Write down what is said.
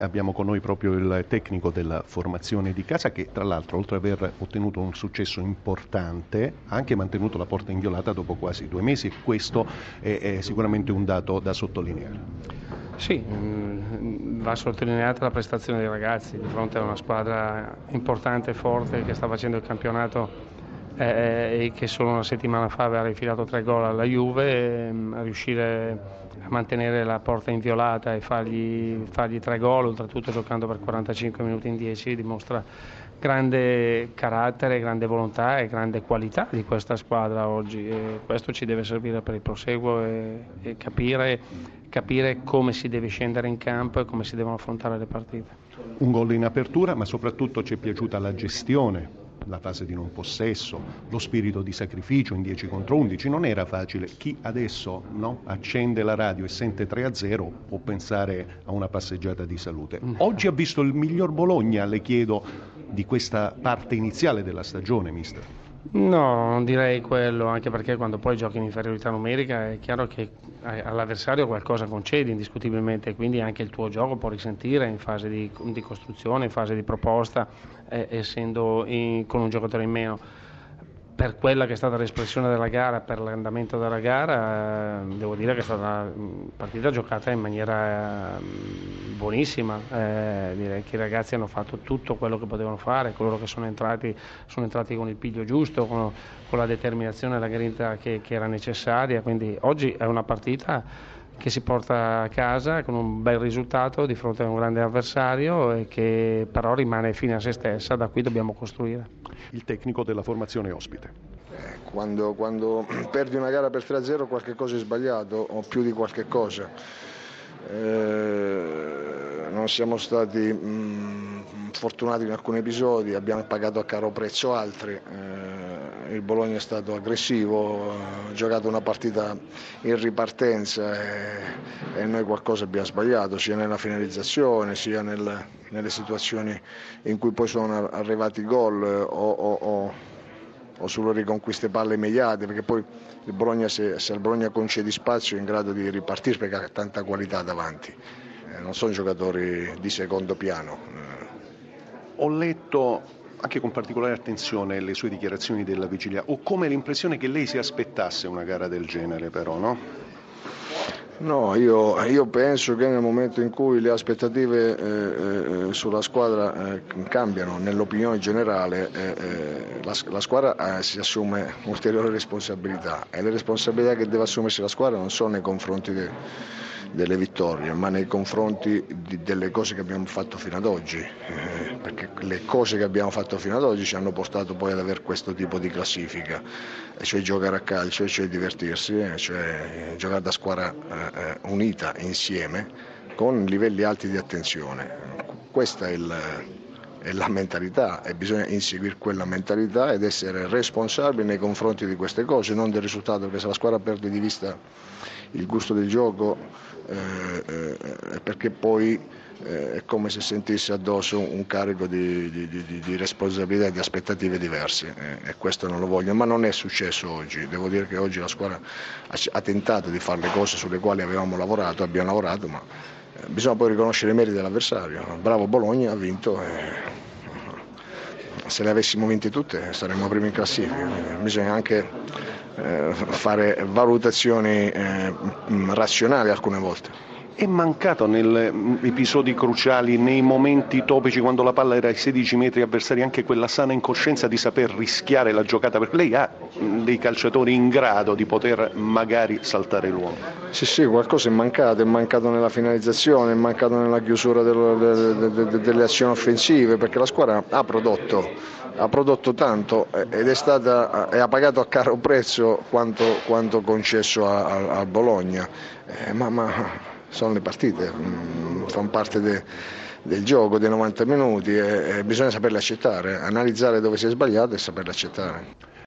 Abbiamo con noi proprio il tecnico della formazione di casa che tra l'altro, oltre ad aver ottenuto un successo importante, ha anche mantenuto la porta inviolata dopo quasi 2 mesi e questo è sicuramente un dato da sottolineare. Sì, va sottolineata la prestazione dei ragazzi di fronte a una squadra importante e forte che sta facendo il campionato e che solo una settimana fa aveva rifilato 3 gol alla Juve, a riuscire a mantenere la porta inviolata e fargli 3 gol, oltretutto giocando per 45 minuti in 10, dimostra grande carattere, grande volontà e grande qualità di questa squadra oggi, e questo ci deve servire per il proseguo e capire come si deve scendere in campo e come si devono affrontare le partite. Un gol in apertura, ma soprattutto ci è piaciuta la gestione, la fase di non possesso, lo spirito di sacrificio in 10 contro 11, non era facile. Chi adesso accende la radio e sente 3-0 può pensare a una passeggiata di salute. Oggi ha visto il miglior Bologna, le chiedo, di questa parte iniziale della stagione, mister. No, non direi quello, anche perché quando poi giochi in inferiorità numerica è chiaro che all'avversario qualcosa concedi indiscutibilmente, quindi anche il tuo gioco può risentire in fase di costruzione, in fase di proposta, essendo con un giocatore in meno. Per quella che è stata l'espressione della gara, per l'andamento della gara, devo dire che è stata una partita giocata in maniera buonissima. Direi che i ragazzi hanno fatto tutto quello che potevano fare, coloro che sono entrati con il piglio giusto, con la determinazione e la grinta che era necessaria, quindi oggi è una partita che si porta a casa con un bel risultato di fronte a un grande avversario e che però rimane fine a se stessa, da qui dobbiamo costruire. Il tecnico della formazione ospite. Quando perdi una gara per 3-0 qualche cosa è sbagliato, o più di qualche cosa. Non siamo stati fortunati in alcuni episodi, abbiamo pagato a caro prezzo altri. Il Bologna è stato aggressivo, ha giocato una partita in ripartenza e noi qualcosa abbiamo sbagliato, sia nella finalizzazione sia nelle situazioni in cui poi sono arrivati i gol o sulle riconquiste palle immediate, perché poi il Bologna, se il Bologna concede spazio, è in grado di ripartire perché ha tanta qualità davanti, non sono giocatori di secondo piano. Ho letto anche con particolare attenzione le sue dichiarazioni della vigilia. Ho come l'impressione che lei si aspettasse una gara del genere, però, no? No, io penso che nel momento in cui le aspettative sulla squadra cambiano, nell'opinione generale, la squadra si assume ulteriori responsabilità, e le responsabilità che deve assumersi la squadra non sono nei confronti delle vittorie, ma nei confronti delle cose che abbiamo fatto fino ad oggi, perché le cose che abbiamo fatto fino ad oggi ci hanno portato poi ad avere questo tipo di classifica, cioè giocare a calcio, cioè divertirsi, cioè giocare da squadra unita insieme con livelli alti di attenzione. Questa è la mentalità e bisogna inseguire quella mentalità ed essere responsabili nei confronti di queste cose, non del risultato, perché se la squadra perde di vista il gusto del gioco, perché poi è come se sentisse addosso un carico di responsabilità e di aspettative diverse, e questo non lo voglio, ma non è successo oggi. Devo dire che oggi la squadra ha tentato di fare le cose sulle quali abbiamo lavorato, ma bisogna poi riconoscere i meriti dell'avversario. Bravo Bologna, ha vinto, se le avessimo vinte tutte saremmo primi in classifica. Bisogna anche fare valutazioni razionali alcune volte. È mancato negli episodi cruciali, nei momenti topici, quando la palla era ai 16 metri avversari, anche quella sana incoscienza di saper rischiare la giocata, perché lei ha dei calciatori in grado di poter magari saltare l'uomo. Sì, qualcosa è mancato nella finalizzazione, è mancato nella chiusura delle azioni offensive, perché la squadra ha prodotto tanto ed ha pagato a caro prezzo quanto concesso al Bologna, ma sono le partite, fanno parte del gioco, dei 90 minuti, e bisogna saperle accettare, analizzare dove si è sbagliato e saperle accettare.